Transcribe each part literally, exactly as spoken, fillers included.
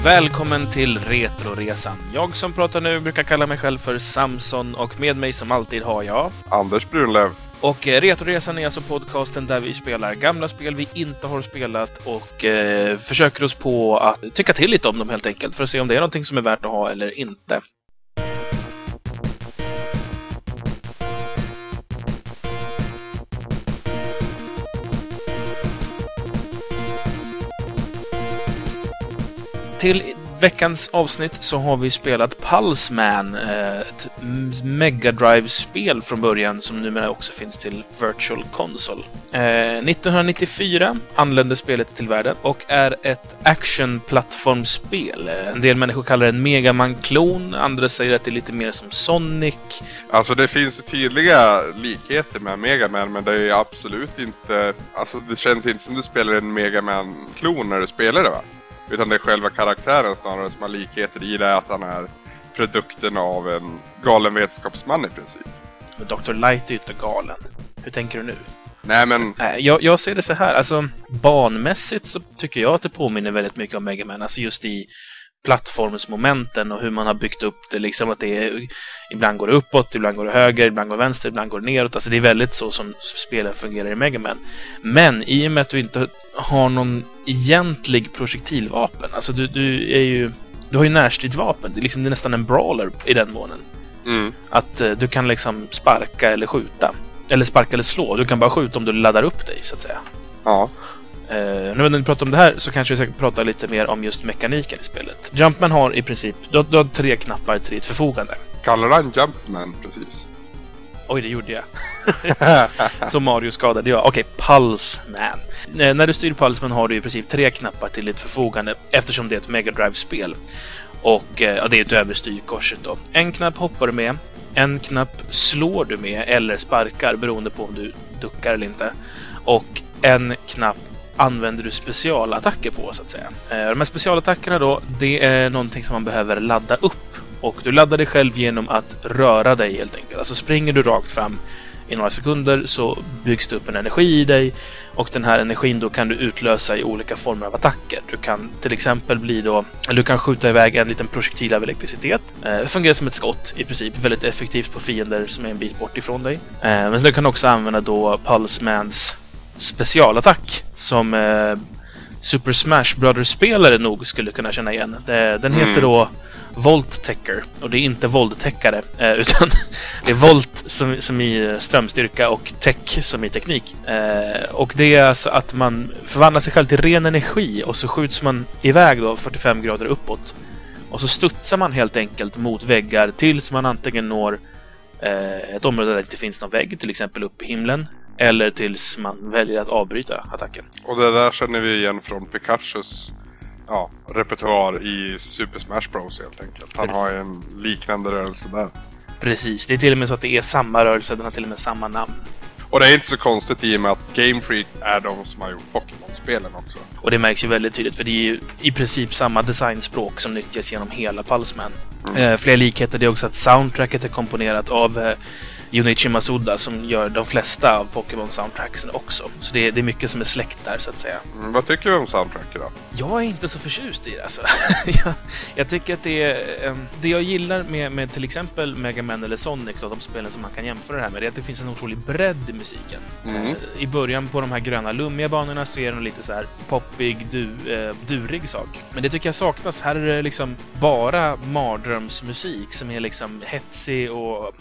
Välkommen till Retroresan. Jag som pratar nu brukar kalla mig själv för Samson och med mig som alltid har jag Anders Brunlöv. Och eh, Retroresan är alltså podcasten där vi spelar gamla spel vi inte har spelat och eh, försöker oss på att tycka till lite om dem helt enkelt för att se om det är någonting som är värt att ha eller inte. Till veckans avsnitt så har vi spelat Pulse Man, ett Mega Drive-spel från början som numera också finns till Virtual Console. nittonhundranittiofyra anlände spelet till världen och är ett action-plattformsspel. En del människor kallar det en Mega Man-klon, andra säger att det är lite mer som Sonic. Alltså det finns tydliga likheter med Mega Man, men det är absolut inte... Alltså det känns inte som du spelar en Mega Man-klon när du spelar det, va? Utan det är själva karaktären snarare som har likheter i det, att han är produkten av en galen vetenskapsman i princip. Men doktor Light är ju inte galen. Hur tänker du nu? Nej, men... Jag, jag ser det så här, alltså banmässigt så tycker jag att det påminner väldigt mycket om Mega Man. Alltså just i plattformsmomenten och hur man har byggt upp det, liksom att det är, ibland går det uppåt, ibland går det höger, ibland går det vänster, ibland går det neråt. Alltså det är väldigt så som spelen fungerar i Mega Man. Men i och med att du inte har någon egentlig projektilvapen, alltså du, du är ju du har ju närstridsvapen, det är liksom det är nästan en brawler i den månen. Mm. Att uh, du kan liksom sparka eller skjuta, eller sparka eller slå, du kan bara skjuta om du laddar upp dig så att säga. Ja. Uh, nu när vi pratar om det här så kanske vi ska prata lite mer om just mekaniken i spelet. Jumpman har i princip, du har, du har tre knappar till ditt förfogande. Kallar han Jumpman precis? Oj, det gjorde jag. Så Mario skadade jag. Okej, Pulse Man. N- när du styr Pulse Man har du i princip tre knappar till ditt förfogande eftersom det är ett Mega Drive-spel. Och eh, ja, det är utöver styrkorset då. En knapp hoppar du med, en knapp slår du med eller sparkar beroende på om du duckar eller inte. Och en knapp använder du specialattacker på så att säga. Eh, de här specialattackerna då, det är någonting som man behöver ladda upp. Och du laddar dig själv genom att röra dig helt enkelt. Alltså springer du rakt fram i några sekunder så byggs det upp en energi i dig. Och den här energin då kan du utlösa i olika former av attacker. Du kan till exempel bli då, eller du kan skjuta iväg en liten projektil av elektricitet. Det fungerar som ett skott i princip. Väldigt effektivt på fiender som är en bit bort ifrån dig. Men du kan också använda då Pulse Mans specialattack som eh, Super Smash Brothers-spelare nog skulle kunna känna igen. Den heter Mm. då Volt-Tecker. Och det är inte våldtäckare, eh, utan det är volt som, som i strömstyrka och tech som i teknik. Eh, och det är alltså att man förvandlar sig själv till ren energi och så skjuts man iväg då fyrtiofem grader uppåt. Och så studsar man helt enkelt mot väggar tills man antingen når eh, ett område där det inte finns någon vägg, till exempel upp i himlen. Eller tills man väljer att avbryta attacken. Och det där känner vi igen från Pikachus ja, repertoar i Super Smash Bros helt enkelt. Han har en liknande rörelse där. Precis, det är till och med så att det är samma rörelse, den har till och med samma namn. Och det är inte så konstigt i och med att Game Freak är de som har gjort Pokémon-spelen också. Och det märks ju väldigt tydligt för det är ju i princip samma designspråk som nyttjas genom hela Pulse Man. Mm. Eh, fler likheter, det är också att soundtracket är komponerat av eh, Junichi Masuda som gör de flesta av Pokémon-soundtracksen också. Så det är, det är mycket som är släkt där så att säga. Mm, vad tycker du om soundtracket då? Jag är inte så förtjust i det alltså. jag, jag tycker att det är... Um, det jag gillar med, med till exempel Mega Man eller Sonic då, de spelen som man kan jämföra det här med, det är att det finns en otrolig bredd i musiken. Mm. Uh, I början på de här gröna lummiga banorna så är det lite så här poppig, du, uh, durig sak. Men det tycker jag saknas. Här är det liksom bara mardrömsmusik som är liksom hetsig och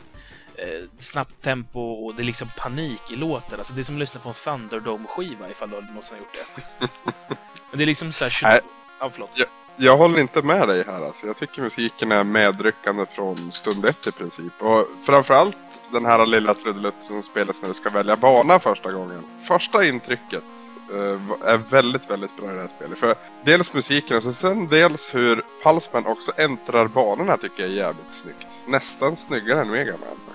snabbt tempo och det är liksom panik i låten. Alltså det är som att lyssna på en Thunderdome-skiva ifall du någonsin har gjort det. Men det är liksom så här... tjugo... Ja, förlåt. Jag, jag håller inte med dig här alltså. Jag tycker musiken är medryckande från stund ett i princip. Och framförallt den här lilla trudelutten som spelas när du ska välja bana första gången. Första intrycket uh, är väldigt, väldigt bra i det här spelet. För dels musiken och sen dels hur Pulse Man också äntrar banorna tycker jag är jävligt snyggt. Nästan snyggare än Mega Man faktiskt.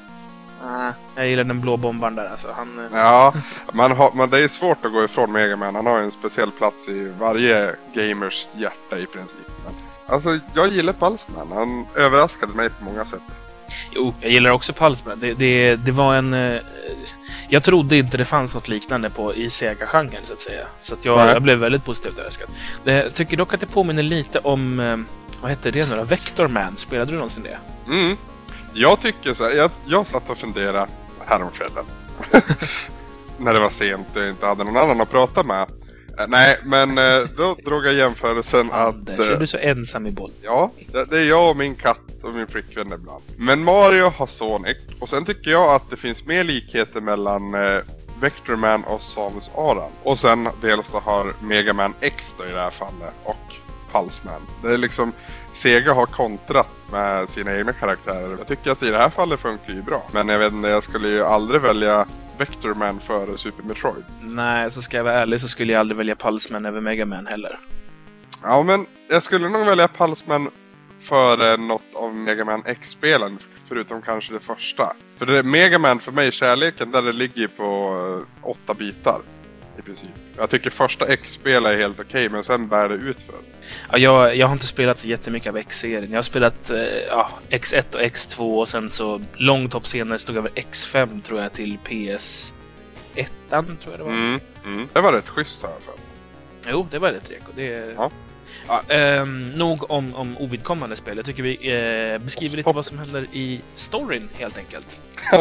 Ah, jag gillar den blå bombaren där alltså. Han, ja, man har, man, det är svårt att gå ifrån Mega Man. Han har en speciell plats i varje gamers hjärta i princip. Men, alltså, jag gillar Pulse Man. Han överraskade mig på många sätt. Jo, jag gillar också Pulse Man. Det, det, det var en... Jag trodde inte det fanns något liknande på i Sega-genren så att säga. Så att jag, jag blev väldigt positivt överraskad. Det tycker dock att det påminner lite om, eh, vad heter det nu då? Vector Man. Spelade du någonsin det? Mm. Jag tycker så här, jag, jag satt och funderade häromkvällen. När det var sent och jag inte hade någon annan att prata med. Uh, nej, men uh, då drog jag jämförelsen Anders, att... Uh, är du så ensam i boll? Ja, det, det är jag och min katt och min flickvän ibland. Men Mario har Sonic. Och sen tycker jag att det finns mer likheter mellan uh, Vector Man och Samus Aran. Och sen dels då har Mega Man X då i det här fallet. Och Pulse Man. Det är liksom... Sega har kontrat med sina egna karaktärer. Jag tycker att i det här fallet funkar ju bra. Men jag vet inte, jag skulle ju aldrig välja Vector Man före Super Metroid. Nej, så ska jag vara ärlig så skulle jag aldrig välja Pulse Man över Mega Man heller. Ja, men jag skulle nog välja Pulse Man före något av Mega Man X-spelen. Förutom kanske det första. För det är Mega Man för mig, kärleken där det ligger på uh, åtta bitar. I princip. Jag tycker första X-spel är helt okej, okay, men sen bär det ut för. Ja, jag, jag har inte spelat så jättemycket av X-serien. Jag har spelat eh, ja, X ett och X två och sen så långt hopp senare stod över X fem tror jag till P S ett tror jag det var. Mm, mm. Det var rätt schysst här för. Jo, det var rätt reko. Det är... Ja. Ja, eh, nog om, om ovidkommande spel. Jag tycker vi eh, beskriver lite vad som händer i storyn helt enkelt.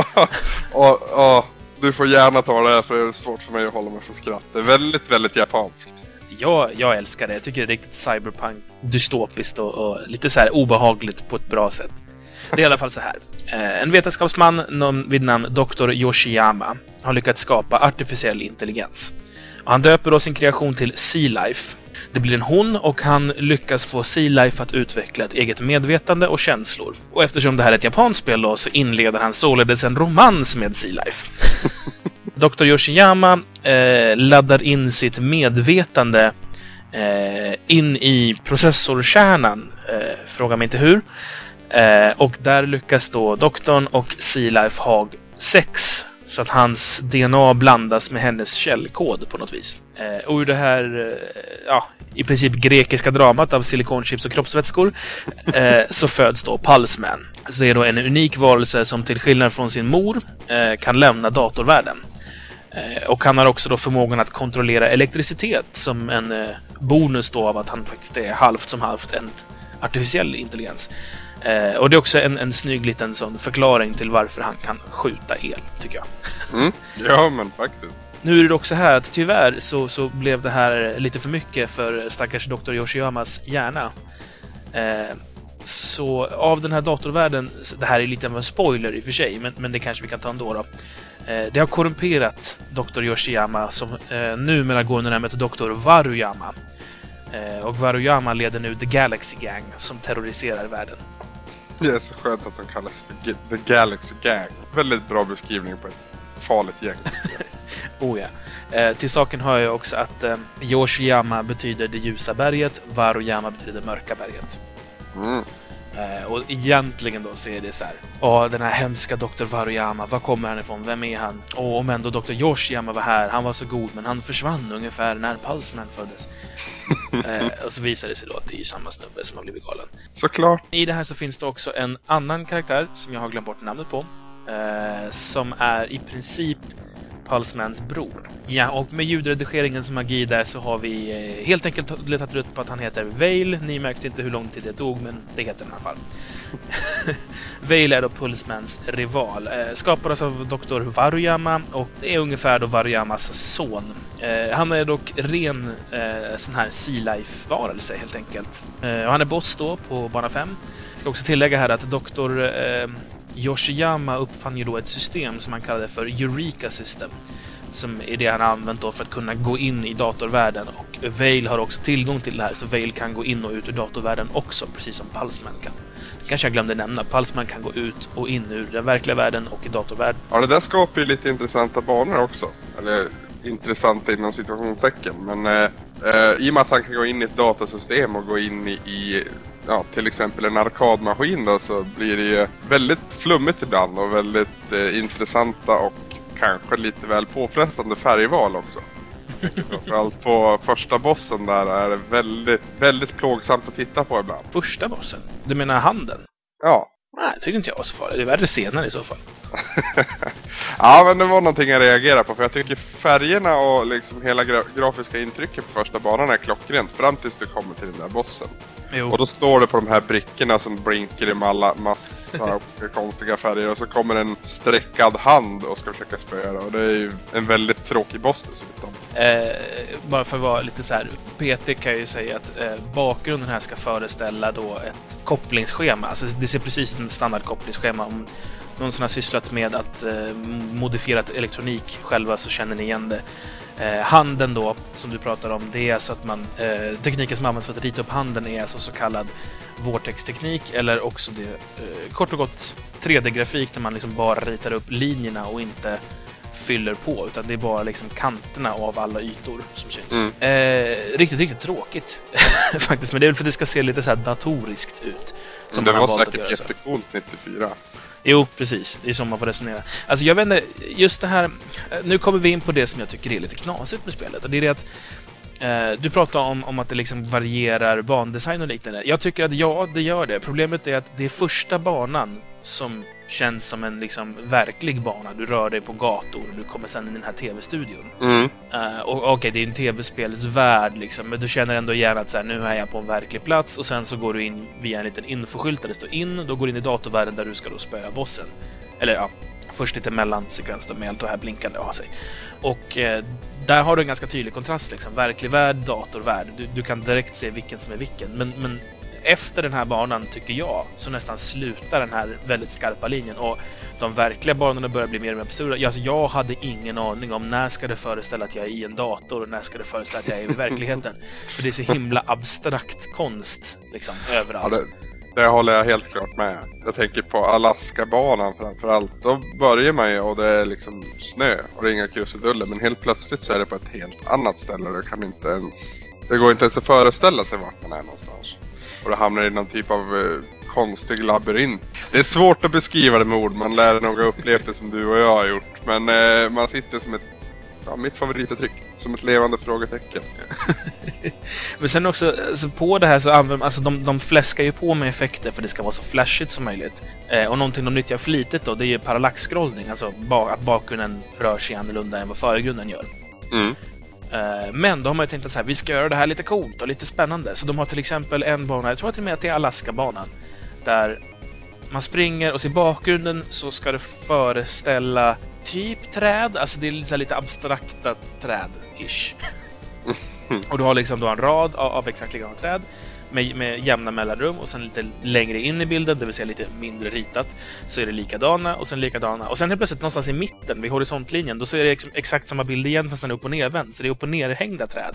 och, och du får gärna ta det här för det är svårt för mig att hålla mig för skratt. Det är väldigt, väldigt japanskt. Ja, jag älskar det. Jag tycker det är riktigt cyberpunk, dystopiskt och, och lite så här obehagligt på ett bra sätt. Det är i alla fall så här. Eh, en vetenskapsman vid namn doktor Yoshiyama har lyckats skapa artificiell intelligens. Och han döper då sin kreation till Sea Life. Det blir en hon och han lyckas få Sea Life att utveckla ett eget medvetande och känslor. Och eftersom det här är ett japanskt spel då, så inleder han således en romans med Sea Life. doktor Yoshiyama eh, laddar in sitt medvetande eh, in i processorkärnan. Eh, fråga mig inte hur. Eh, och där lyckas då doktorn och Sea Life ha sex. Så att hans D N A blandas med hennes källkod på något vis. Eh, och ur det här, eh, ja, i princip grekiska dramat av silikonchips och kroppsvätskor eh, så föds då Pulse Man. Så det är då en unik varelse som till skillnad från sin mor eh, kan lämna datorvärlden. Eh, och han har också då förmågan att kontrollera elektricitet som en eh, bonus då av att han faktiskt är halvt som halvt en artificiell intelligens. Eh, och det är också en, en snygg liten sån förklaring till varför han kan skjuta el, tycker jag. Mm. Ja, men faktiskt. Nu är det också här att tyvärr så, så blev det här lite för mycket för stackars doktor Yoshiyamas hjärna. Eh, så av den här datorvärlden, det här är lite av en spoiler i och för sig, men, men det kanske vi kan ta ändå då. Eh, det har korrumperat doktor Yoshiyama som eh, numera går under namnet doktor Waruyama. Eh, och Waruyama leder nu The Galaxy Gang som terroriserar världen. Det är så skönt att de kallas för The Galaxy Gang. Väldigt bra beskrivning på ett farligt gäng. Oh ja. Eh, till saken hör jag också att eh, Yoshiyama betyder det ljusa berget, Waruyama betyder det mörka berget. Mm. Eh, och egentligen då så är det så här. Åh, den här hemska doktor Waruyama, var kommer han ifrån? Vem är han? Och om ändå doktor Yoshiyama var här, han var så god, men han försvann ungefär när Pulse Man föddes. eh, och så visar det sig då att det är ju samma snubbe som har blivit galen. Såklart. I det här så finns det också en annan karaktär som jag har glömt bort namnet på. Eh, som är i princip Pulse Mans bror. Ja, och med ljudredigeringens magi där så har vi eh, helt enkelt letat ut på att han heter Veil. Ni märkte inte hur lång tid det tog, men det heter den i alla fall. Veil är då Pulse Mans rival. Eh, skapades av doktor Waruyama och det är ungefär då Waruyamas son. Eh, han är dock ren eh, sån här Sea Life-varelse helt enkelt. Eh, och han är boss då på bana fem. Jag ska också tillägga här att doktor Eh, Yoshiyama uppfann ju då ett system som han kallade för Eureka System. Som är det han har använt då för att kunna gå in i datorvärlden. Och Veil har också tillgång till det här, så Veil kan gå in och ut ur datorvärlden också, precis som Pulse Man kan. Kanske jag glömde nämna, Pulse Man kan gå ut och in ur den verkliga världen och i datorvärlden. Ja, det där skapar ju lite intressanta banor också. Eller intressanta inom situationstecken. Men eh, eh, i och med att han kan gå in i ett datasystem och gå in i... i ja, till exempel en arkadmaskin då, så blir det ju väldigt flummigt ibland och väldigt eh, intressanta och kanske lite väl påfrestande färgval också. Framförallt på första bossen där är det väldigt, väldigt plågsamt att titta på ibland. Första bossen? Du menar handen? Ja. Nej, tyckte inte jag var så farligt. Det är värre senare i så fall. Ja, men det var någonting jag reagerade på. För jag tycker färgerna och liksom hela gra- grafiska intrycket på första banan är klockrent. Fram tills du kommer till den där bossen. Jo. Och då står det på de här brickorna som blinkar i malla, massa konstiga färger. Och så kommer en streckad hand och ska försöka spöa det. Och det är ju en väldigt tråkig boss dessutom. Eh, bara för att vara lite så här, P T kan ju säga att eh, bakgrunden här ska föreställa då ett kopplingsschema. Alltså det ser precis som ett standardkopplingsschema. Om någon som har sysslat med att eh, modifiera elektronik själva så känner ni igen det. Eh, handen då, som du pratar om, det är så att man eh, tekniken som används för att rita upp handen är alltså så kallad vortex-teknik, eller också det eh, kort och gott tre D-grafik där man liksom bara ritar upp linjerna och inte fyller på, utan det är bara liksom kanterna av alla ytor som syns. Mm. Eh, riktigt, riktigt tråkigt faktiskt, men det är väl för att det ska se lite så här datoriskt ut. Som det var säkert jättecoolt nittiofyra. Jo, precis. Det är som man får resonera. Alltså jag vet inte, just det här... Nu kommer vi in på det som jag tycker är lite knasigt med spelet. Och det är det att eh, du pratar om, om att det liksom varierar bandesign och liknande. Jag tycker att ja, det gör det. Problemet är att det är första banan som känns som en liksom verklig bana. Du rör dig på gator och du kommer sen in i den här tv-studion. Mm. Uh, och okej, okay, det är en tv-spelsvärld liksom, men du känner ändå gärna att så här, nu är jag på en verklig plats, och sen så går du in via en liten infoskylt där det står in, och då går du in i datorvärlden där du ska då spöa bossen. Eller ja, först lite mellansekvens då med allt det här blinkande av sig. Och eh, där har du en ganska tydlig kontrast liksom, verklig värld, datorvärld. Du, du kan direkt se vilken som är vilken, men, men efter den här banan, tycker jag, så nästan slutar den här väldigt skarpa linjen, och de verkliga banorna börjar bli mer och mer absurda. Alltså, jag hade ingen aning om när ska det föreställa att jag är i en dator och när ska det föreställa att jag är i verkligheten. För det är så himla abstrakt konst liksom, överallt. Ja, det, det håller jag helt klart med. Jag tänker på Alaska-banan framförallt. Då börjar man ju och det är liksom snö och det är inga krusiduller, men helt plötsligt så är det på ett helt annat ställe och det kan inte ens... Det går inte ens att föreställa sig vart man är någonstans. Och det hamnar i någon typ av eh, konstig labyrint. Det är svårt att beskriva det med ord. Man lär nog ha upplevt det som du och jag har gjort. Men eh, man sitter som ett... Ja, mitt favorituttryck. Som ett levande frågetecken. Men sen också, alltså på det här så använder... Alltså de, de fläskar ju på med effekter för det ska vara så flashigt som möjligt. Eh, och någonting de nyttjar flitigt då, det är ju parallax-scrollning. Alltså ba- att bakgrunden rör sig annorlunda än vad förgrunden gör. Mm. Men då har man ju tänkt att så här, vi ska göra det här lite coolt och lite spännande. Så de har till exempel en bana, jag tror till och med att det är Alaska-banan, där man springer och i bakgrunden så ska det föreställa typ träd. Alltså det är så lite abstrakta träd-ish. Och du har liksom då en rad av, av exakt likadana träd med, med jämna mellanrum, och sen lite längre in i bilden, det vill säga lite mindre ritat, så är det likadana och sen likadana. Och sen helt plötsligt någonstans i mitten, vid horisontlinjen, då så är det ex- exakt samma bild igen fast den är upp och nervänd. Så det är upp och nerhängda träd.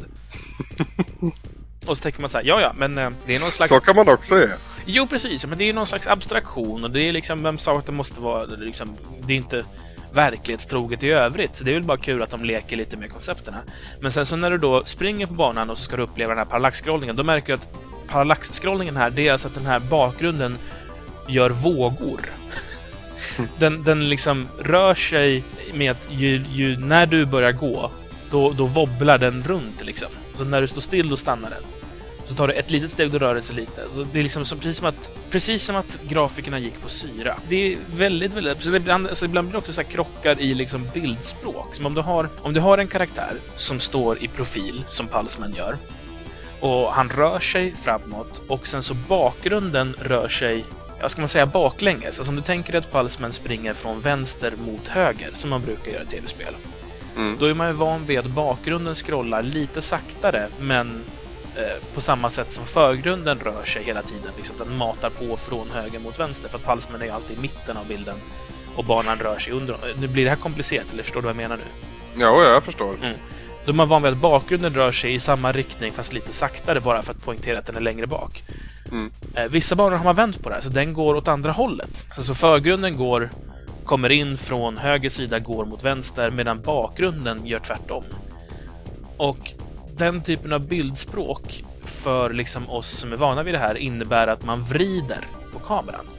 Och så tänker man så här, ja ja, men eh, det är någon slags... Så kan man också göra. Jo, precis, men det är någon slags abstraktion, och det är liksom, vem sa att det måste vara liksom, det är inte verklighetstroget i övrigt, så det är väl bara kul att de leker lite med koncepterna. Men sen så när du då springer på banan och så ska du uppleva den här parallax-scrollningen, då märker du att parallax-scrollningen här, det är alltså att den här bakgrunden gör vågor. Den, den liksom rör sig med att ju, ju, när du börjar gå, då, då wobblar den runt liksom. Så när du står still, då stannar den. Så tar du ett litet steg, då rör det sig lite. Så det är liksom som, precis, som att, precis som att grafikerna gick på syra. Det är väldigt, väldigt... Ibland, alltså ibland blir det också så här krockar i liksom bildspråk. Som om du, har, om du har en karaktär som står i profil, som Pulseman gör, och han rör sig framåt, och sen så bakgrunden rör sig, jag ska man säga, baklänges. Alltså om du tänker att Pulseman springer från vänster mot höger, som man brukar göra i tv-spel. Mm. Då är man ju van vid att bakgrunden scrollar lite saktare, men på samma sätt som förgrunden rör sig hela tiden. Liksom, den matar på från höger mot vänster, för att Pulseman är alltid i mitten av bilden och banan rör sig under. Nu blir det här komplicerat, eller förstår du vad jag menar nu? Ja, jag förstår. Mm. Då är man van vid att bakgrunden rör sig i samma riktning fast lite saktare, bara för att poängtera att den är längre bak. Mm. Eh, vissa banor har man vänt på det här, så den går åt andra hållet. Så, så förgrunden går, kommer in från höger sida, går mot vänster, medan bakgrunden gör tvärtom. Och den typen av bildspråk för liksom oss som är vana vid det här innebär att man vrider på kameran.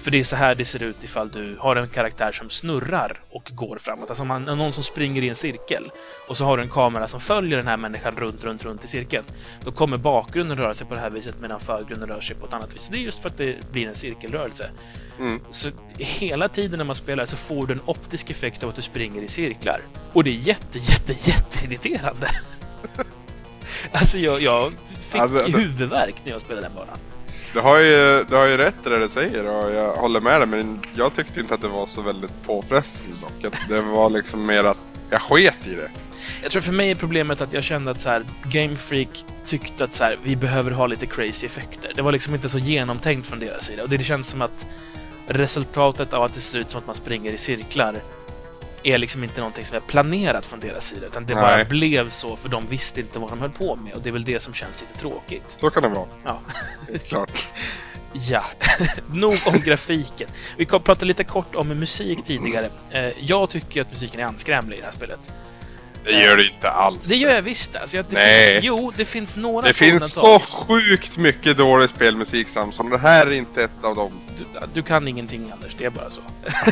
För det är så här det ser ut ifall du har en karaktär som snurrar och går framåt. Alltså om man, någon som springer i en cirkel och så har du en kamera som följer den här människan runt, runt, runt i cirkeln. Då kommer bakgrunden röra sig på det här viset medan förgrunden rör sig på ett annat vis. Det är just för att det blir en cirkelrörelse. Mm. Så hela tiden när man spelar så får du en optisk effekt av att du springer i cirklar. Och det är jätte, jätte, jätte irriterande. Alltså jag, jag fick ja, det, huvudvärk när jag spelade den banan. Du har ju, du har ju rätt i det du säger och jag håller med dig, men jag tyckte inte att det var så väldigt påfrestande dock. Det var liksom mer att jag sket i det. Jag tror för mig är problemet att jag kände att så här, Game Freak tyckte att så här, vi behöver ha lite crazy effekter. Det var liksom inte så genomtänkt från deras sida. Och det, det känns som att resultatet av att det ser ut som att man springer i cirklar är liksom inte någonting som är planerat från deras sida, utan det Nej. bara blev så för de visste inte vad de höll på med, och det är väl det som känns lite tråkigt. Så kan det vara. Ja. Klart. Ja, nog om grafiken. Vi kom prata lite kort om musik tidigare. Jag tycker att musiken är anskrämlig i det här spelet. Det gör det inte alls. Det gör jag visst. Alltså, det Nej. Finns, jo, det finns några. Det finns så sjukt mycket dålig spelmusik, Samson. Det här är inte ett av dem. Du, du kan ingenting, Anders. Det är bara så.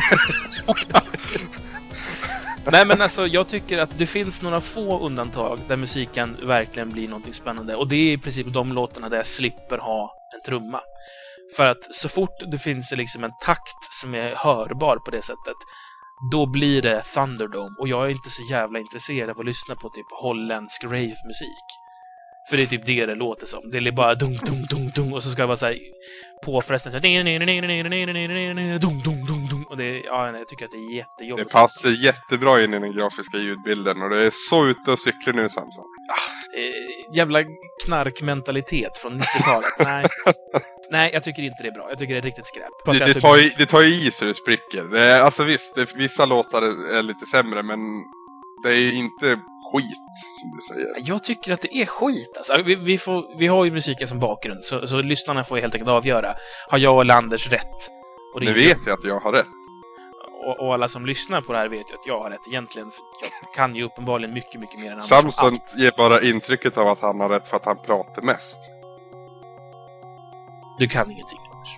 Nej, men alltså, jag tycker att det finns några få undantag där musiken verkligen blir något spännande. Och det är i princip de låtarna där jag slipper ha en trumma. För att så fort det finns liksom en takt som är hörbar på det sättet, då blir det Thunderdome. Och jag är inte så jävla intresserad av att lyssna på typ holländsk rave-musik. För det är typ det det låter som. Det är bara dum dum dum dum, och så ska det vara så här påfrestande dum dum dum dum, och det, ja, jag tycker att det är jättejobbigt. Det passar jättebra in i den grafiska ljudbilden, och det är så ute och cyklar nu, Samson. Ah, eh, jävla knarkmentalitet från nittiotalet. Nej. Nej, jag tycker inte det är bra. Jag tycker det är riktigt skräp. Det, det, tar, ju, det tar ju i så det spricker. Det är, alltså visst, det, vissa låtar är lite sämre, men det är inte skit, som du säger. Jag tycker att det är skit. Alltså, vi, vi, får, vi har ju musiken som bakgrund, så, så lyssnarna får helt enkelt avgöra. Har jag och Anders rätt? Och nu vet jag att jag har rätt. Och, och alla som lyssnar på det här vet ju att jag har rätt egentligen. För jag kan ju uppenbarligen mycket, mycket mer än Anders. Samson ger bara intrycket av att han har rätt för att han pratar mest. Du kan ingenting, Anders.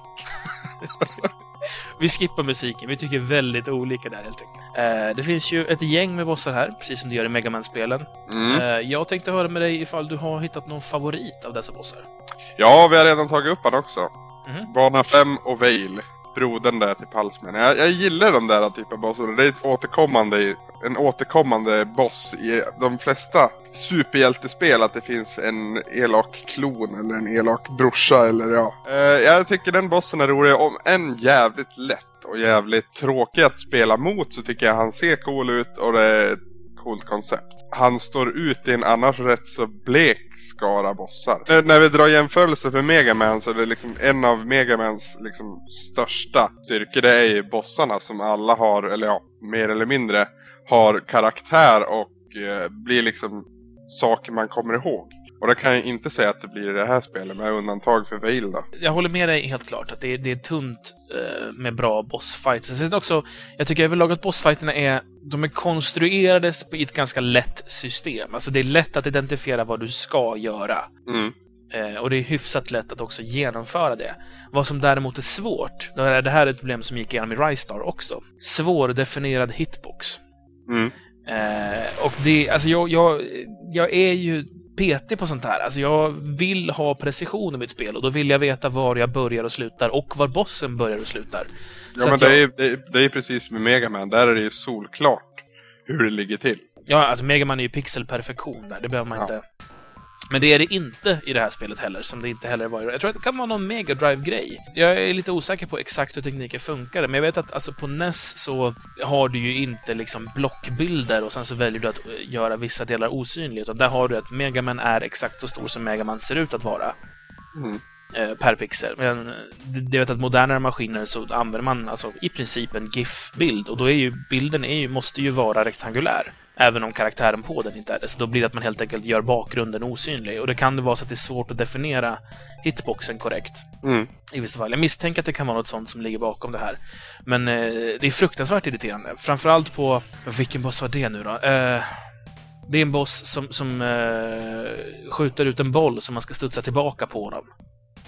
Vi skippar musiken. Vi tycker väldigt olika där, helt enkelt. Eh, det finns ju ett gäng med bossar här, precis som det gör i Mega Man-spelen. Mm. Eh, jag tänkte höra med dig ifall du har hittat någon favorit av dessa bossar. Ja, vi har redan tagit upp han också. Mm. Bana fem och Veil. Brodern där till Palsman. Jag, jag gillar de där typen av bossar. Det är ett återkommande, en återkommande boss i de flesta superhjältespel, att det finns en elak klon eller en elak brorsa eller ja. Eh, jag tycker den bossen är rolig, om en jävligt lätt och jävligt tråkig att spela mot, så tycker jag han ser cool ut och det är ett coolt koncept. Han står ut i en annars rätt så blek skara bossar. När, när vi drar jämförelse för Mega Man, så är det liksom en av Mega Mans liksom största styrkor, det är ju bossarna som alla har, eller ja, mer eller mindre har karaktär och eh, blir liksom saker man kommer ihåg. Och det kan jag inte säga att det blir i det här spelet, med undantag för Veil då. Jag håller med dig helt klart att det är, det är tunt eh, med bra bossfights. Sen också, jag tycker överlag att bossfighterna är, de är konstruerade i ett ganska lätt system. Alltså det är lätt att identifiera vad du ska göra. Mm. Eh, och det är hyfsat lätt att också genomföra det. Vad som däremot är svårt, då är det här ett problem som gick igenom i Ristar också. Svårdefinierad hitbox. Mm. Eh, och det, alltså jag, jag, jag är ju petig på sånt här. Alltså jag vill ha precision i mitt spel, och då vill jag veta var jag börjar och slutar och var bossen börjar och slutar. Ja, så men det, jag... är, det, är, det är precis med Mega Man. Där är det ju solklart hur det ligger till. Ja, alltså Mega Man är ju pixelperfektion där. Det behöver man ja. inte... Men det är det inte i det här spelet heller, som det inte heller var. Jag tror att det kan vara någon Mega Drive-grej. Jag är lite osäker på exakt hur tekniken funkar, men jag vet att alltså, på N E S så har du ju inte liksom blockbilder och sen så väljer du att göra vissa delar osynliga, utan där har du att Mega Man är exakt så stor som Mega Man ser ut att vara. Mm. eh, per pixel. Men det vet att modernare maskiner så använder man alltså i princip en GIF-bild, och då är ju bilden är ju, måste ju vara rektangulär. Även om karaktären på den inte är det. Så då blir det att man helt enkelt gör bakgrunden osynlig. Och det kan det vara så att det är svårt att definiera hitboxen korrekt. Mm. I vissa fall. Jag misstänker att det kan vara något sånt som ligger bakom det här. Men eh, det är fruktansvärt irriterande. Framförallt på... Vilken boss var det nu då? Eh, det är en boss som, som eh, skjuter ut en boll som man ska studsa tillbaka på dem.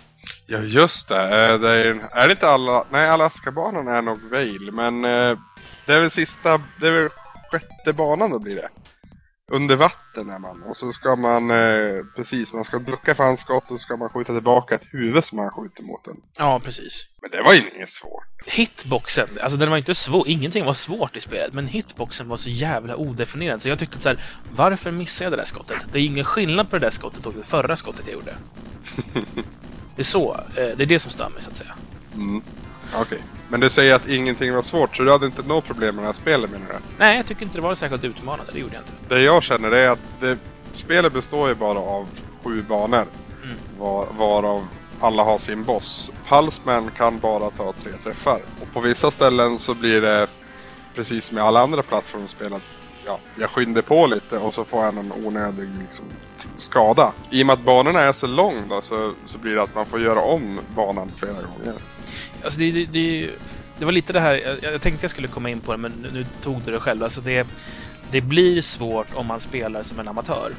Ja, just det. Det är, är det inte alla... Nej, Alaska-banan är nog Vail, men eh, det är väl sista... Det är väl sjätte banan då blir det. Under vatten är man. Och så ska man, eh, precis, man ska ducka för hans skott och så ska man skjuta tillbaka ett huvud som man skjuter mot den. Ja, precis. Men det var ju inget svårt. Hitboxen, alltså den var inte svår, ingenting var svårt i spelet, men hitboxen var så jävla odefinierad. Så jag tyckte så här, varför missade jag det där skottet? Det är ingen skillnad på det där skottet och det förra skottet jag gjorde. Det är så, eh, det är det som stör mig så att säga. Mm. Okej. Okay. Men du säger att ingenting var svårt, så du hade inte något problem med det här spelet, menar du? Nej, jag tycker inte det var särskilt utmanande, det gjorde jag inte. Det jag känner är att det, spelet består ju bara av sju banor, mm. var, varav alla har sin boss. Pulseman kan bara ta tre träffar. Och på vissa ställen så blir det, precis med alla andra plattformsspel, att ja, jag skyndar på lite och så får jag en onödig liksom, skada. I och med att banorna är så lång då, så, så blir det att man får göra om banan flera gånger. Alltså det, det, det, det var lite det här, jag, jag tänkte jag skulle komma in på det, men nu, nu tog du det själv. Alltså det, det blir svårt om man spelar som en amatör.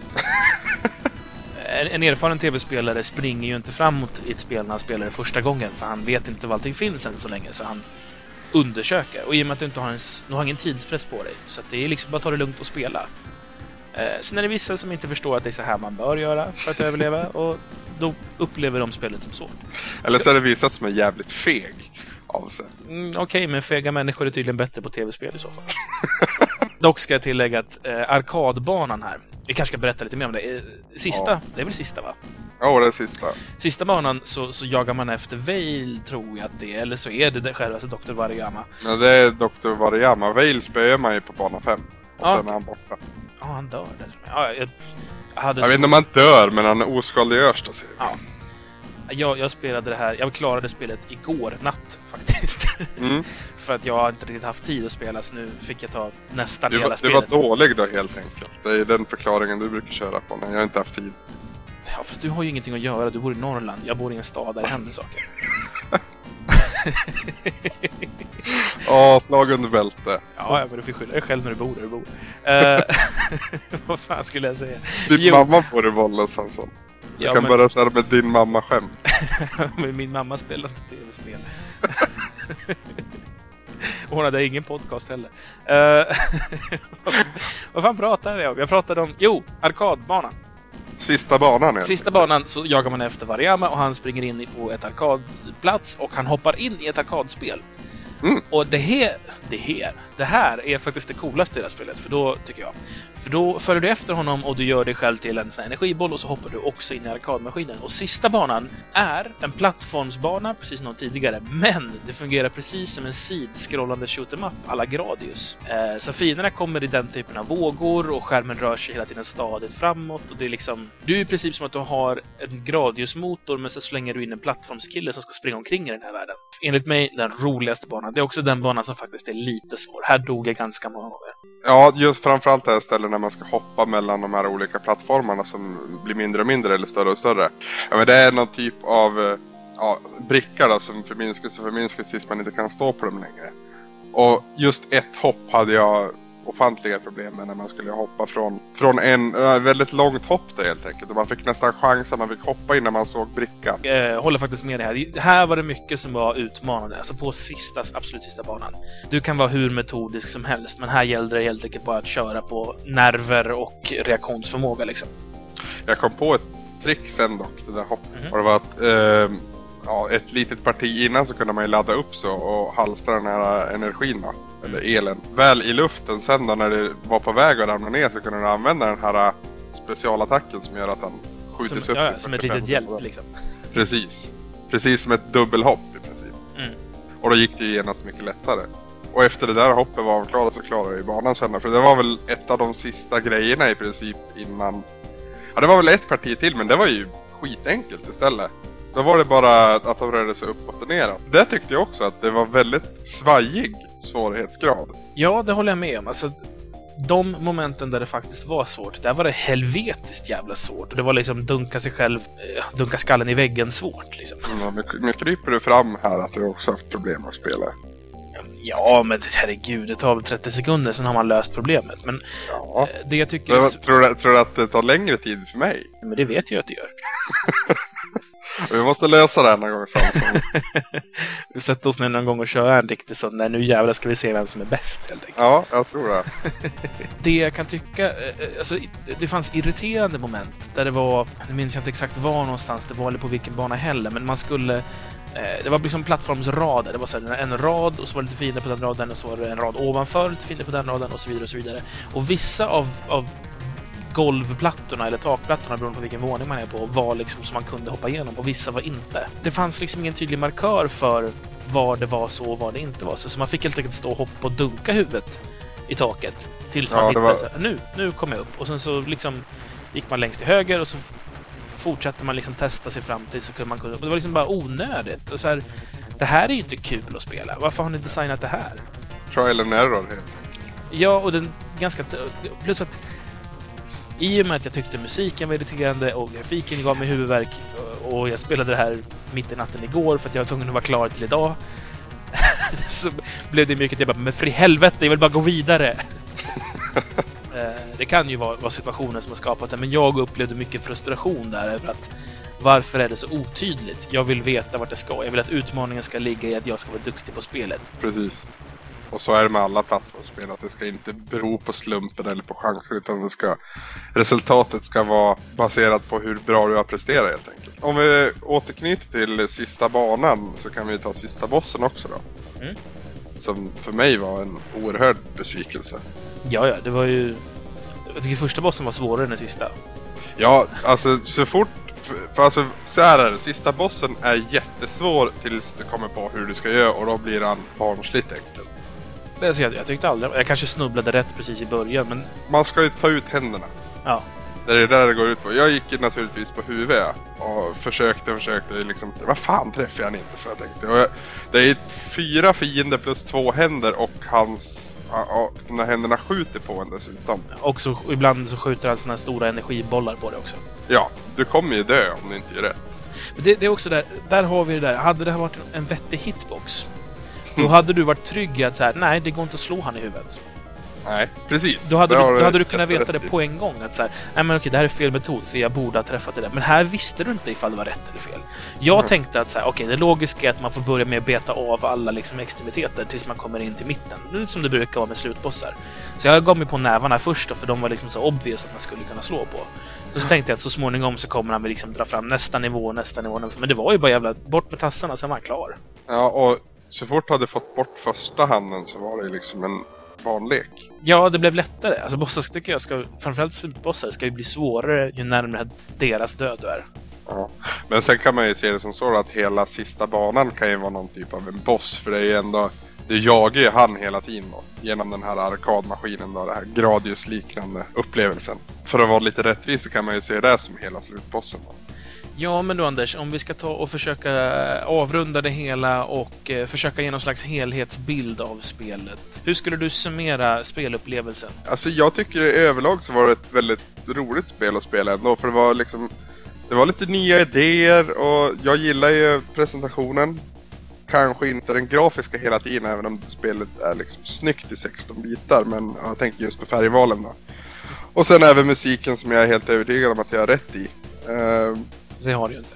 en, en erfaren tv-spelare springer ju inte framåt i ett spel när han spelar det första gången, för han vet inte vad allting finns än så länge, så han undersöker. Och i och med att du inte har, en, du har ingen tidspress på dig, så att det är liksom bara ta det lugnt och spela. Eh, sen är det vissa som inte förstår att det är så här man bör göra för att överleva, och då upplever de spelet som svårt. Eller så är det vissa som är jävligt feg av sig. Mm, Okej, okay, men fega människor är tydligen bättre på tv-spel i så fall. Dock ska jag tillägga att eh, arkadbanan här, vi kanske ska berätta lite mer om det. Sista, ja. Det är väl sista va? Ja, det är sista. Sista banan så, så jagar man efter Vail, tror jag att det är. Eller så är det det själva, alltså doktor Wariyama. Ja, det är doktor Wariyama. Vail spöar man ju på bana fem. Och ja. Sen är han borta. Ja, han dör där. Ja, jag, jag, hade jag så... vet inte om han dör, men han är oskadliggörs då, säger ja. jag, jag spelade det här, jag klarade spelet igår natt faktiskt. Mm. För att jag har inte riktigt haft tid att spela, så nu fick jag ta nästan du, hela du spelet. Du var dålig då helt enkelt. Det är den förklaringen du brukar köra på när jag har inte haft tid. Ja, fast du har ju ingenting att göra. Du bor i Norrland. Jag bor i en stad där det händer saker. Ja, slag under bälte. Ja, men du får skylla dig själv när du bor där du bor. Uh, vad fan skulle jag säga? Din jo. mamma får det vålda, Samson. Du ja, kan men... börja säga med din mamma skämt. Men min mamma spelar inte tv-spel. Och hon hade ingen podcast heller. Uh, vad fan pratade jag om? Jag pratade om, jo, arkadbanan. Sista banan är Sista banan så jagar man efter Wariyama och han springer in på ett arkadplats och han hoppar in i ett arkadspel. Mm. Och det här, det här, det här är faktiskt det coolaste i det här spelet, för då tycker jag. För då följer du efter honom och du gör dig själv till en sån här energiboll och så hoppar du också in i arkadmaskinen. Och sista banan är en plattformsbana, precis som någon tidigare, men det fungerar precis som en sid-scrollande shoot'em up alla Gradius. Eh, så finerna kommer i den typen av vågor och skärmen rör sig hela tiden stadigt framåt och det är liksom, det är i princip som att du har en Gradius-motor, men så slänger du in en plattformskille som ska springa omkring i den här världen. Enligt mig den roligaste banan. Det är också den banan som faktiskt är lite svår. Här dog jag ganska många gånger. Ja, just framförallt det här stället när man ska hoppa mellan de här olika plattformarna som blir mindre och mindre eller större och större. Ja, men det är någon typ av ja, brickar då, som förminskas och förminskas tills man inte kan stå på dem längre. Och just ett hopp hade jag ofantliga problem med när man skulle hoppa från, från en äh, väldigt långt hopp där helt enkelt. Och man fick nästan chans att man fick hoppa innan man såg brickan. Jag håller faktiskt med det här. Här var det mycket som var utmanande. Alltså på sista, absolut sista banan. Du kan vara hur metodisk som helst, men här gällde det helt enkelt bara att köra på nerver och reaktionsförmåga liksom. Jag kom på ett trick sen dock, det där hoppet. Mm-hmm. Och det var att eh, ja, ett litet parti innan så kunde man ju ladda upp så och halstra den här energin då. Eller elen. Väl i luften sen då när det var på väg att ramla ner så kunde du använda den här specialattacken som gör att han skjuter upp. Ja, som ett litet hjälp liksom. Precis. Precis som ett dubbelhopp i princip. Mm. Och då gick det ju genast mycket lättare. Och efter det där hoppet var avklarat så klarade jag ju banan sen. För det var väl ett av de sista grejerna i princip innan. Ja, det var väl ett parti till, men det var ju skitenkelt istället. Då var det bara att de rörde sig uppåt och neråt. Det tyckte jag också att det var väldigt svajig svårighetsgrad. Ja, det håller jag med om. Alltså, de momenten där det faktiskt var svårt, där var det helvetiskt jävla svårt. Och det var liksom dunka sig själv, eh, dunka skallen i väggen svårt liksom. Ja, men, men kryper du fram här att du också haft problem att spela? Ja, men herregud, det tar väl trettio sekunder sen har man löst problemet. Men ja. eh, det jag tycker... Men, tror, du, tror du att det tar längre tid för mig? Men det vet jag att det gör. Vi måste lösa det här någon gång, Samson. Vi sätter oss ner någon gång och kör en riktig sån. Nej, nu jävlar ska vi se vem som är bäst, helt enkelt. Ja, jag tror det. Det jag kan tycka, alltså det fanns irriterande moment där det var, jag minns inte exakt var någonstans det var eller på vilken bana heller, men man skulle, det var liksom plattformsrader. Det var så här, en rad och så var det lite fiender på den raden och så var det en rad ovanför, lite fiender på den raden och så vidare och så vidare. Och vissa av, av golvplattorna eller takplattorna, beroende på vilken våning man är på, var liksom som man kunde hoppa igenom och vissa var inte. Det fanns liksom ingen tydlig markör för var det var så och var det inte var så. Så man fick helt enkelt stå och hoppa och dunka huvudet i taket tills man Ja, hittade var... så här, nu, nu kommer jag upp. Och sen så liksom gick man längst till höger och så fortsatte man liksom testa sig fram till så kunde man kunna. Och det var liksom bara onödigt. Och så här, det här är ju inte kul att spela. Varför har ni designat det här? Trial and error, helt enkelt. Ja, och den ganska... Plus att i och med att jag tyckte musiken var irriterande och grafiken gav mig huvudvärk och jag spelade det här mitt i natten igår för att jag var tvungen att vara klar till idag, så blev det mycket att jag bara, men för i helvete, jag vill bara gå vidare. Det kan ju vara, vara situationen som har skapat det, men jag upplevde mycket frustration där över att varför är det så otydligt? Jag vill veta vart det ska. Jag vill att utmaningen ska ligga i att jag ska vara duktig på spelet. Precis. Och så är det med alla plattformsspel, att det ska inte bero på slumpen eller på chanser, utan det ska, resultatet ska vara baserat på hur bra du har presterat, helt enkelt. Om vi återknyter till sista banan så kan vi ta sista bossen också då. Mm. Som för mig var en oerhörd besvikelse. Ja, ja, det var ju... Jag tycker första bossen var svårare än den sista. Ja, alltså så fort... För alltså, så här är det. Sista bossen är jättesvår tills du kommer på hur du ska göra, och då blir han barnsligt enkel. Alltså, jag, jag tyckte aldrig... Jag kanske snubblade rätt precis i början, men... Man ska ju ta ut händerna. Ja. Det är det där det går ut på. Jag gick naturligtvis på huvudet och försökte, försökte liksom... Vad fan träffade jag inte för, jag tänkte. Och jag, det är fyra fiender plus två händer och hans... Och de här händerna skjuter på en dessutom. Och så, ibland så skjuter han såna stora energibollar på det också. Ja, du kommer ju dö om du inte gör rätt. Men det, det är också där, där har vi det där. Hade det varit en vettig hitbox, då hade du varit trygg att så här, nej, det går inte att slå han i huvudet. Nej, precis. Då hade, du, då hade du kunnat veta det på en gång. Att så här, nej men okej, det här är fel metod för jag borde ha träffat det där. Men här visste du inte ifall det var rätt eller fel. Jag mm. tänkte att så här, okej, det logiska är att man får börja med att beta av alla liksom extremiteter tills man kommer in till mitten. Det är som det brukar vara med slutbossar. Så jag gav mig på nävarna först då, för de var liksom så obvious att man skulle kunna slå på. Så, så tänkte jag att så småningom så kommer han väl liksom dra fram nästa nivå, nästa nivå. Men det var ju bara jävla bort med tassarna, sen var han klar. Ja, och så fort du hade fått bort första handen så var det liksom en vanlek. Ja, det blev lättare. Alltså bossar tycker jag ska, framförallt slutbossar, ska ju bli svårare ju närmare deras död du är. Ja. Men sen kan man ju se det som så att hela sista banan kan ju vara någon typ av en boss, för det är ju ändå, det jagar ju han hela tiden då, genom den här arkadmaskinen då, det här Gradius-liknande upplevelsen. För att vara lite rättvis så kan man ju se det som hela slutbossen då. Ja, men då Anders, om vi ska ta och försöka avrunda det hela och eh, försöka ge någon slags helhetsbild av spelet. Hur skulle du summera spelupplevelsen? Alltså jag tycker i överlag så var det ett väldigt roligt spel att spela ändå, för det var liksom, det var lite nya idéer och jag gillar ju presentationen. Kanske inte den grafiska hela tiden, även om spelet är liksom snyggt i sexton bitar, men jag tänker just på färgvalen då. Och sen även musiken som jag är helt övertygad om att jag har rätt i. Uh, Det har du ju inte.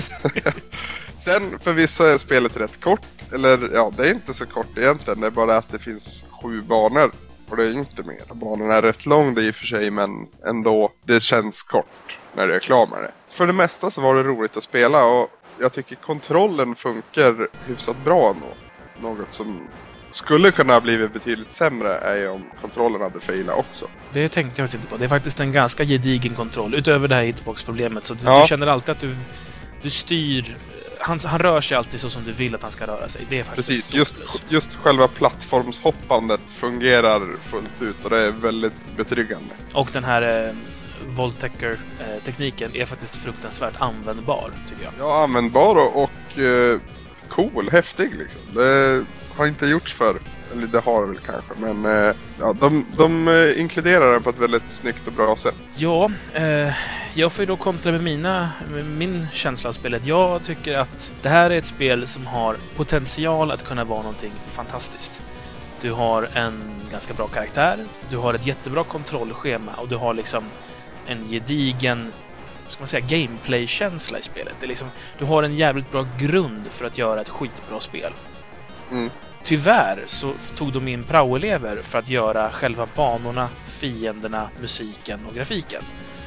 Sen förvisso är spelet rätt kort. Eller ja, det är inte så kort egentligen. Det är bara att det finns sju banor. Och det är inte mer. Banan är rätt lång det i och för sig, men ändå, det känns kort när det är klar med det. För det mesta så var det roligt att spela. Och jag tycker kontrollen funkar hyfsat bra ändå. Något som skulle kunna ha blivit betydligt sämre är ju om kontrollen hade failat också. Det tänkte jag inte på. Det är faktiskt en ganska gedigen kontroll. Utöver det här hitbox-problemet. Så du, ja. du känner alltid att du, du styr... Han, han rör sig alltid så som du vill att han ska röra sig. Det är faktiskt precis, just, just själva plattformshoppandet fungerar fullt ut och det är väldigt betryggande. Och den här eh, Voltecker-tekniken är faktiskt fruktansvärt användbar, tycker jag. Ja, användbar och, och eh, cool, häftig liksom. Det har inte gjorts för, eller det har det väl kanske, men eh, ja, de, de eh, inkluderar den på ett väldigt snyggt och bra sätt. Ja, eh, jag får ju då kontra med, mina, med min känsla av spelet. Jag tycker att det här är ett spel som har potential att kunna vara någonting fantastiskt. Du har en ganska bra karaktär, du har ett jättebra kontrollschema och du har liksom en gedigen ska man säga, gameplay-känsla i spelet. Det är liksom, du har en jävligt bra grund för att göra ett skitbra spel. Mm. Tyvärr så tog de in praoelever för att göra själva banorna, fienderna, musiken och grafiken.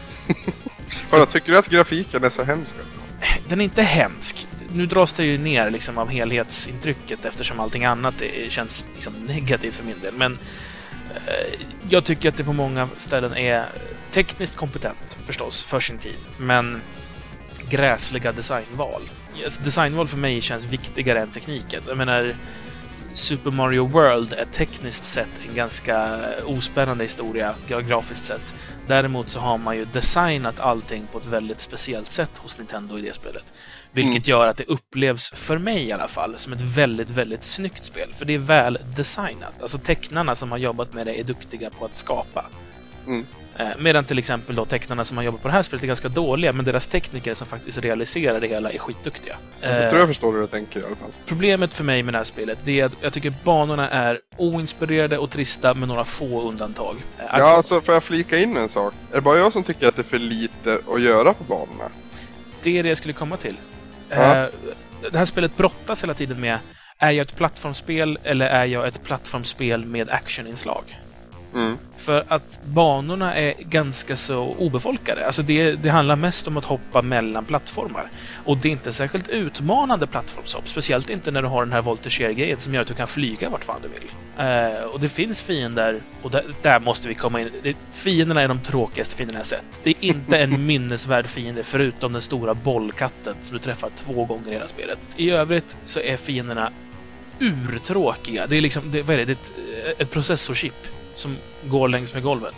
För tycker du att grafiken är så hemsk alltså? Den är inte hemsk. Nu dras det ju ner liksom av helhetsintrycket eftersom allting annat är, känns liksom negativt för min del. Men eh, jag tycker att det på många ställen är tekniskt kompetent förstås för sin tid. Men gräsliga designval. Yes, designval för mig känns viktigare än tekniken. Jag menar, Super Mario World är tekniskt sett en ganska ospännande historia grafiskt sett. Däremot så har man ju designat allting på ett väldigt speciellt sätt hos Nintendo i det spelet. Vilket mm. gör att det upplevs, för mig i alla fall, som ett väldigt, väldigt snyggt spel. För det är väl designat. Alltså tecknarna som har jobbat med det är duktiga på att skapa. Mm. Medan till exempel då tecknarna som har jobbat på det här spelet är ganska dåliga, men deras tekniker som faktiskt realiserar det hela är skitduktiga. Jag tror jag förstår hur du tänker i alla fall. Problemet för mig med det här spelet det är att jag tycker banorna är oinspirerade och trista med några få undantag. Ja, alltså får jag flika in en sak? Är det bara jag som tycker att det är för lite att göra på banorna? Det är det jag skulle komma till. Ja. Det här spelet brottas hela tiden med, är jag ett plattformsspel eller är jag ett plattformsspel med actioninslag? Mm. För att banorna är ganska så obefolkade. Alltså det, det handlar mest om att hoppa mellan plattformar. Och det är inte särskilt utmanande plattformshopp. Speciellt inte när du har den här voltigeur-grejen som gör att du kan flyga vart fan du vill. Uh, och det finns fiender, och där, där måste vi komma in. Det, fienderna är de tråkigaste fienderna jag sett. Det är inte en minnesvärd fiende förutom den stora bollkatten som du träffar två gånger i hela spelet. I övrigt så är fienderna urtråkiga. Det är liksom, det, vad är det? Det är ett, ett processorchip som går längs med golvet.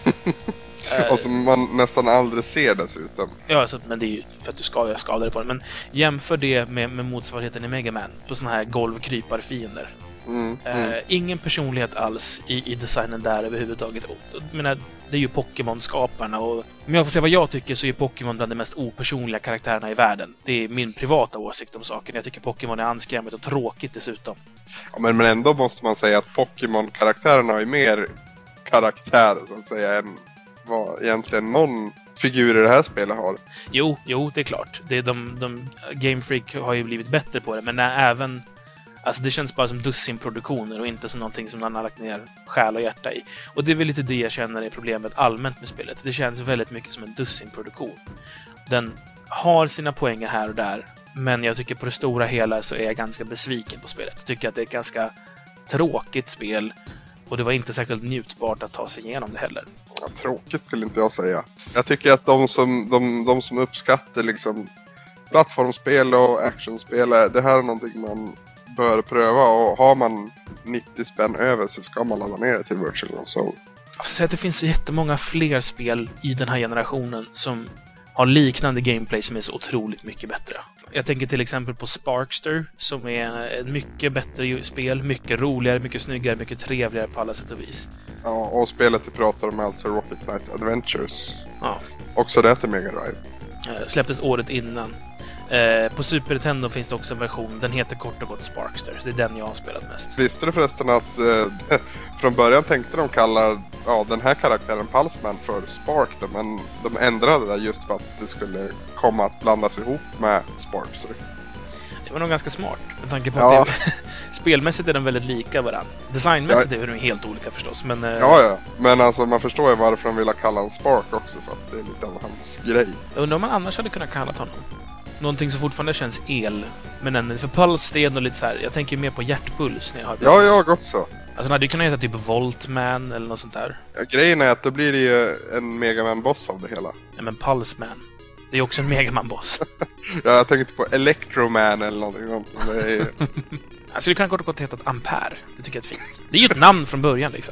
Och som man nästan aldrig ser dessutom. Ja, alltså, men det är ju för att du ska göra skador på den. Men jämför det med, med motsvarigheten i Mega Man på såna här golvkryparfiender. Mm, mm. Uh, ingen personlighet alls i, i designen där överhuvudtaget. Jag menar, det är ju Pokémon-skaparna och om jag får säga vad jag tycker så är Pokémon bland de mest opersonliga karaktärerna i världen. Det är min privata åsikt om saken. Jag tycker Pokémon är anskrämligt och tråkigt dessutom. Ja, men, men ändå måste man säga att Pokémon-karaktärerna har ju mer karaktär så att säga än vad egentligen någon figur i det här spelet har. Jo, jo, det är klart. Det är de, de, Game Freak har ju blivit bättre på det, men när även alltså det känns bara som dussinproduktioner och inte som någonting som någon har lagt ner själ och hjärta i. Och det är väl lite det jag känner är problemet allmänt med spelet. Det känns väldigt mycket som en dussinproduktion. Den har sina poänger här och där, men jag tycker på det stora hela så är jag ganska besviken på spelet. Jag tycker att det är ett ganska tråkigt spel och det var inte särskilt njutbart att ta sig igenom det heller. Ja, tråkigt skulle inte jag säga. Jag tycker att de som, de, de som uppskattar liksom plattformsspel och actionspel, det här är någonting man bör pröva, och har man nittio spänn över så ska man ladda ner det till Virtual Console. Jag ska säga att det finns jättemånga fler spel i den här generationen som har liknande gameplay som är så otroligt mycket bättre. Jag tänker till exempel på Sparkster som är ett mycket bättre spel, mycket roligare, mycket snyggare, mycket trevligare på alla sätt och vis. Ja, och spelet vi pratar om är alltså Rocket Knight Adventures. Ja. Också det till Mega Drive. Släpptes året innan. Eh, på Super Nintendo finns det också en version. Den heter kort och gott Sparkster. Det är den jag har spelat mest. Visste du förresten att eh, från början tänkte de kalla ja, den här karaktären Pulseman för Spark då, men de ändrade det just för att det skulle komma att blandas ihop med Sparkster. Det var nog ganska smart med tanke på ja. att det, spelmässigt är de väldigt lika varandra. Designmässigt ja. är de helt olika förstås, men eh, ja, ja, men alltså man förstår ju varför de ville kalla han Spark också, för att det är lite av hans grej. Jag undrar om man annars hade kunnat kalla honom någonting som fortfarande känns el, men en, för Puls det är ändå lite så här, jag tänker mer på hjärtpuls när jag har ja, jag också. Alltså den hade ju kunnat heta typ Voltman eller något sånt där. Ja, grejen är att då blir det ju en Mega Man-boss av det hela. Ja, men Pulseman. Det är också en Mega Man-boss. Ja, jag tänkte på Electroman eller någonting sånt. Det är... Alltså det kan kort och gott heta Ampere. Det tycker jag är fint. Det är ju ett namn från början liksom.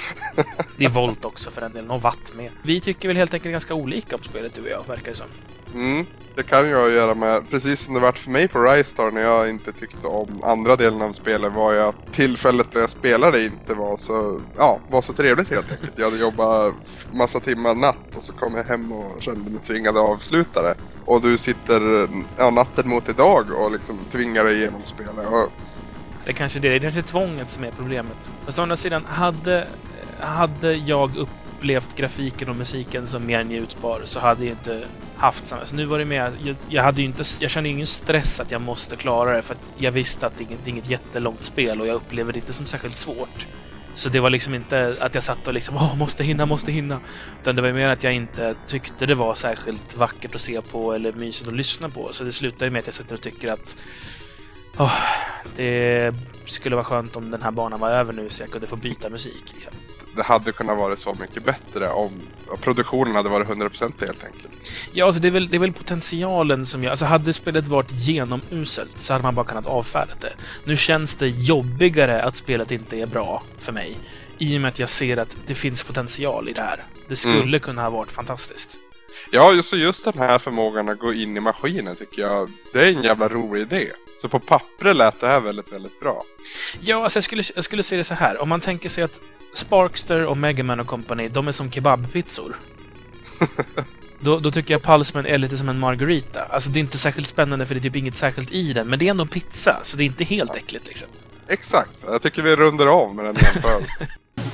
Det är Volt också för den delen, och Watt med. Vi tycker väl helt enkelt ganska olika om spelet, du och jag, verkar det som. Mm, det kan jag göra med. Precis som det varit för mig på Ristar när jag inte tyckte om andra delen av spelet, var ju att tillfället då jag spelade inte var så, ja, var så trevligt helt enkelt. Jag hade jobbat massa timmar natt och så kom jag hem och kände mig tvingad att avsluta det. Och du sitter ja, natten mot idag och liksom tvingar dig igenom spelet. Och... Det är kanske det, det är kanske tvånget som är problemet. På andra sidan, hade, hade jag upp upplevt grafiken och musiken som mer njutbar så hade jag inte haft samma. Så nu var det mer, jag, jag hade ju inte, jag kände ingen stress att jag måste klara det för att jag visste att det är inget, det är inget jättelångt spel och jag upplevde det inte som särskilt svårt. Så det var liksom inte att jag satt och liksom, åh, måste hinna, måste hinna. Utan det var mer att jag inte tyckte det var särskilt vackert att se på eller mysigt att lyssna på. Så det slutade ju med att jag sitter och tycker att åh, det skulle vara skönt om den här banan var över nu så jag kunde få byta musik. Liksom. Det hade kunnat vara så mycket bättre om produktionen hade varit hundra procent helt enkelt. Ja, alltså det är väl, det är väl potentialen som jag... Alltså hade spelet varit genomuselt så hade man bara kunnat avfärda det. Nu känns det jobbigare att spelet inte är bra för mig. I och med att jag ser att det finns potential i det här. Det skulle mm. kunna ha varit fantastiskt. Ja, just, just den här förmågan att gå in i maskinen tycker jag, det är en jävla rolig idé. Så på pappret lät det här väldigt, väldigt bra. Ja, alltså jag skulle, jag skulle se det så här. Om man tänker sig att Sparkster och Mega Man och Company, de är som kebabpizzor. då, då tycker jag Pulseman är lite som en margarita. Alltså det är inte särskilt spännande för det är typ inget särskilt i den. Men det är ändå en pizza, så det är inte helt ja. äckligt liksom. Exakt, jag tycker vi rundar av med den jämförelsen.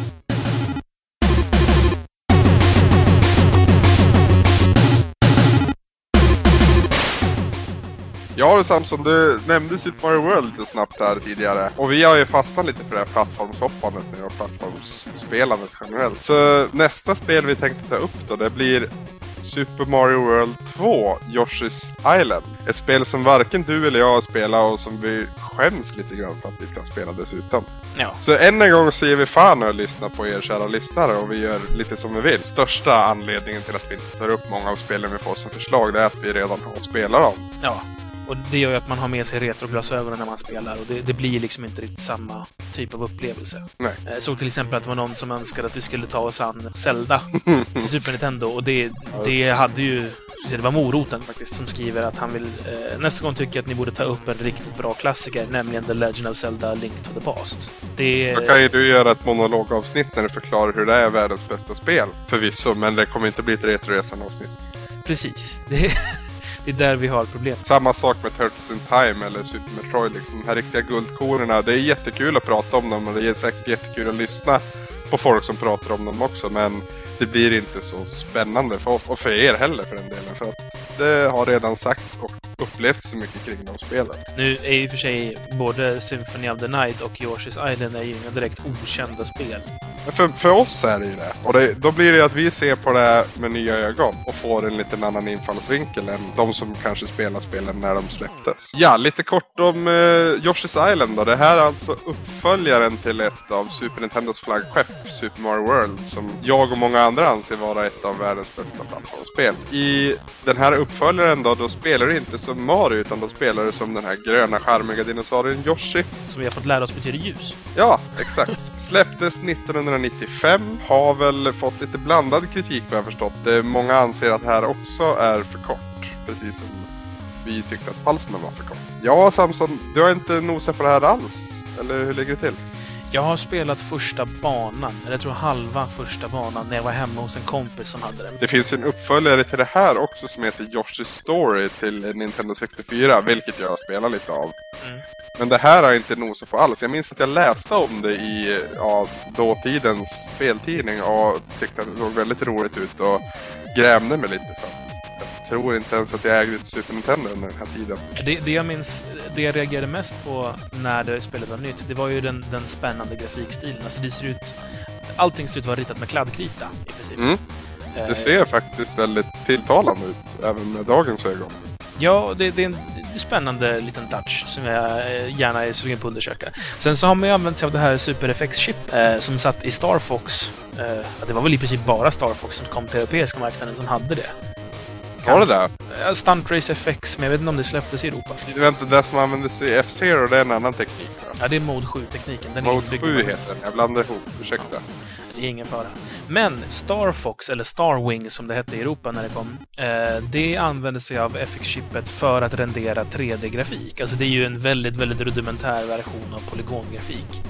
Ja, Samson, du nämnde Super Mario World lite snabbt här tidigare. Och vi har ju fastnat lite för det här plattformshoppandet nu och plattformsspelandet generellt. Så nästa spel vi tänkte ta upp då, det blir Super Mario World två, Yoshi's Island. Ett spel som varken du eller jag har spelat och som vi skäms lite grann för att vi inte har spelat dessutom. Ja. Så än en gång så ger vi fan att lyssna på er kära lyssnare och vi gör lite som vi vill. Största anledningen till att vi inte tar upp många av spelen vi får som förslag, det är att vi redan har spelat dem. Ja. Och det gör ju att man har med sig retroglasögonen när man spelar och det, det blir liksom inte riktigt samma typ av upplevelse. Nej. Jag såg till exempel att det var någon som önskade att vi skulle ta oss an Zelda till Super Nintendo och det, det hade ju, det var moroten faktiskt som skriver att han vill eh, nästa gång tycker att ni borde ta upp en riktigt bra klassiker, nämligen The Legend of Zelda Link to the Past. Det... Då kan ju du göra ett monologavsnitt när du förklarar hur det är världens bästa spel, förvisso, men det kommer inte bli ett retroresan-avsnitt. Precis. Det Det är där vi har problem. Samma sak med Turtles in Time eller Super Metroid. Liksom. De här riktiga guldkornerna. Det är jättekul att prata om dem och det är säkert jättekul att lyssna på folk som pratar om dem också. Men det blir inte så spännande för oss och för er heller för den delen. För att det har redan sagts och upplevts så mycket kring de spelen. Nu är ju för sig både Symphony of the Night och Yoshi's Island är ju inga direkt okända spel. För, för oss är det ju det. Och det, då blir det att vi ser på det med nya ögon och får en liten annan infallsvinkel än de som kanske spelar spelen när de släpptes. Ja, lite kort om uh, Yoshi's Island då. Det här är alltså uppföljaren till ett av Super Nintendos flaggskepp, Super Mario World, som jag och många andra anser vara ett av världens bästa plattformsspel. I den här uppföljaren då, då spelar du inte som Mario utan då spelar du som den här gröna charmiga dinosaurien Yoshi. Som vi har fått lära oss betyder ljus. Ja, exakt. Släpptes nittonhundranittiofem, har väl fått lite blandad kritik vad jag förstått. Många anser att det här också är för kort, precis som vi tyckte att Pulseman var för kort. Ja, Samson, du har inte nosat på det här alls, eller hur ligger det till? Jag har spelat första banan, eller jag tror halva första banan, när jag var hemma hos en kompis som hade den. Det finns ju en uppföljare till det här också som heter Yoshi's Story till Nintendo sextiofyra, vilket jag har spelat lite av. Mm. Men det här har jag inte nosat på alls. Jag minns att jag läste om det i ja, dåtidens speltidning och tyckte att det såg väldigt roligt ut och grämde mig lite för. Jag tror inte ens att jag ägde ett Super Nintendo under den här tiden. Det, det jag minns, det jag reagerade mest på när det spelet var nytt, det var ju den, den spännande grafikstilen. Alltså det ser ut, allting ser ut att vara ritat med kladdkrita i princip. Mm. Det ser eh, faktiskt väldigt tilltalande ut, även med dagens ögon. Ja, det, det är en spännande liten touch som jag gärna är sugen på att undersöka. Sen så har man ju använt sig av det här Super F X-chip eh, som satt i Star Fox. Eh, det var väl i princip bara Star Fox som kom till europeiska marknaden som hade det. Var det där? Ja, Stunt Race F X, men jag vet inte om det släpptes i Europa. Det var inte det som användes i F-Zero, det är en annan teknik. Va? Ja, det är Mode sju-tekniken. Den Mode sju heter den, jag blandar ihop, ursäkta. Det är ingen fara. Men Star Fox, eller Starwing som det hette i Europa när det kom, eh, det använde sig av F X-chippet för att rendera tre D-grafik. Alltså det är ju en väldigt, väldigt rudimentär version av polygongrafik.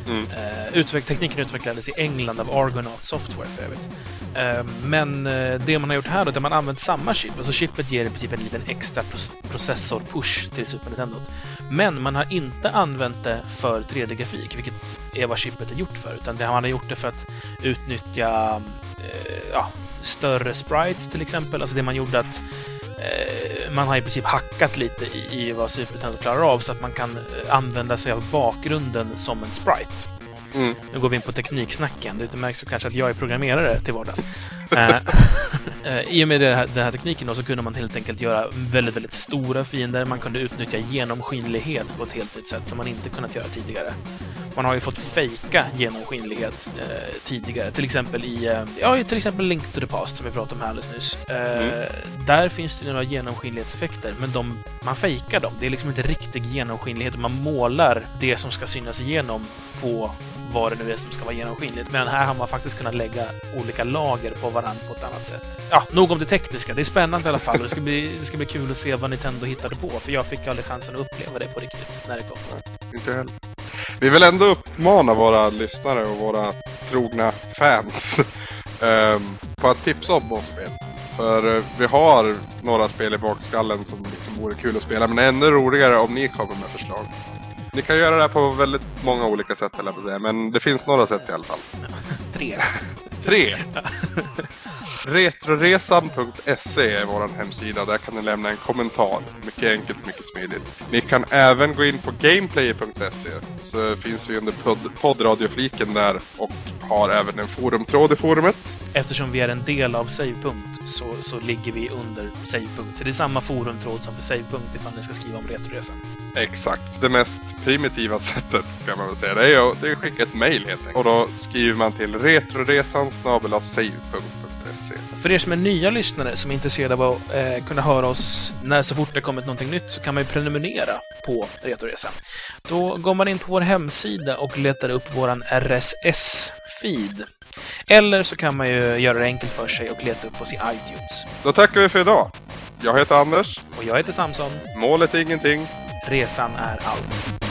Mm. Uh, utveck- tekniken utvecklades i England av Argonaut Software för övrigt. Uh, men uh, det man har gjort här då, där man använt samma chip, alltså chipet ger i princip en liten extra pros- processor-push till Super Nintendo. Men man har inte använt det för tre D-grafik, vilket är vad chipet är gjort för, utan det, man har gjort det för att utnyttja uh, ja, större sprites till exempel. Alltså det man gjorde att uh, man har i princip hackat lite i, i vad Super Nintendo klarar av så att man kan uh, använda sig av bakgrunden som en sprite. Mm. Nu går vi in på tekniksnacken. Det märks kanske att jag är programmerare till vardags. uh, uh, I och med det här, den här tekniken då, så kunde man helt enkelt göra väldigt, väldigt stora fiender. Man kunde utnyttja genomskinlighet på ett helt nytt sätt som man inte kunnat göra tidigare. Man har ju fått fejka genomskinlighet eh, tidigare. Till exempel i eh, ja, till exempel Link to the Past som vi pratade om här alldeles nyss. Eh, mm. Där finns det några genomskinlighetseffekter, men de, man fejkar dem. Det är liksom inte riktig genomskinlighet. Man målar det som ska synas igenom på vad det nu är som ska vara genomskinligt. Men här har man faktiskt kunnat lägga olika lager på varandra på ett annat sätt. Ja, nog om det tekniska. Det är spännande i alla fall. Det ska bli, det ska bli kul att se vad Nintendo hittade på. För jag fick aldrig chansen att uppleva det på riktigt när det kom. Inte heller. Vi vill ändå uppmana våra lyssnare och våra trogna fans um, på att tipsa om oss spel. För uh, vi har några spel i bakskallen som liksom vore kul att spela. Men det är ännu roligare om ni kommer med förslag. Ni kan göra det här på väldigt många olika sätt, eller på säga, men det finns några sätt i alla fall. Tre. Tre? Retroresan punkt se är vår hemsida. Där kan ni lämna en kommentar. Mycket enkelt, mycket smidigt. Ni kan även gå in på gameplayer punkt se. Så finns vi under pod- poddradiofliken där och har även en forumtråd i forumet. Eftersom vi är en del av Savepunkt så, så ligger vi under Savepunkt. Så det är samma forumtråd som för Savepunkt ifall ni ska skriva om Retroresan. Exakt. Det mest primitiva sättet kan man väl säga. Det är, det är att skicka ett mejl helt enkelt. Och då skriver man till retroresan snabel-a savepunkt punkt se. För er som är nya lyssnare som är intresserade av att eh, kunna höra oss när så fort det kommit någonting nytt, så kan man ju prenumerera på Retroresan. Då går man in på vår hemsida och letar upp våran R S S-feed. Eller så kan man ju göra det enkelt för sig och leta upp oss i iTunes. Då tackar vi för idag. Jag heter Anders. Och jag heter Samson. Målet är ingenting. Resan är allt.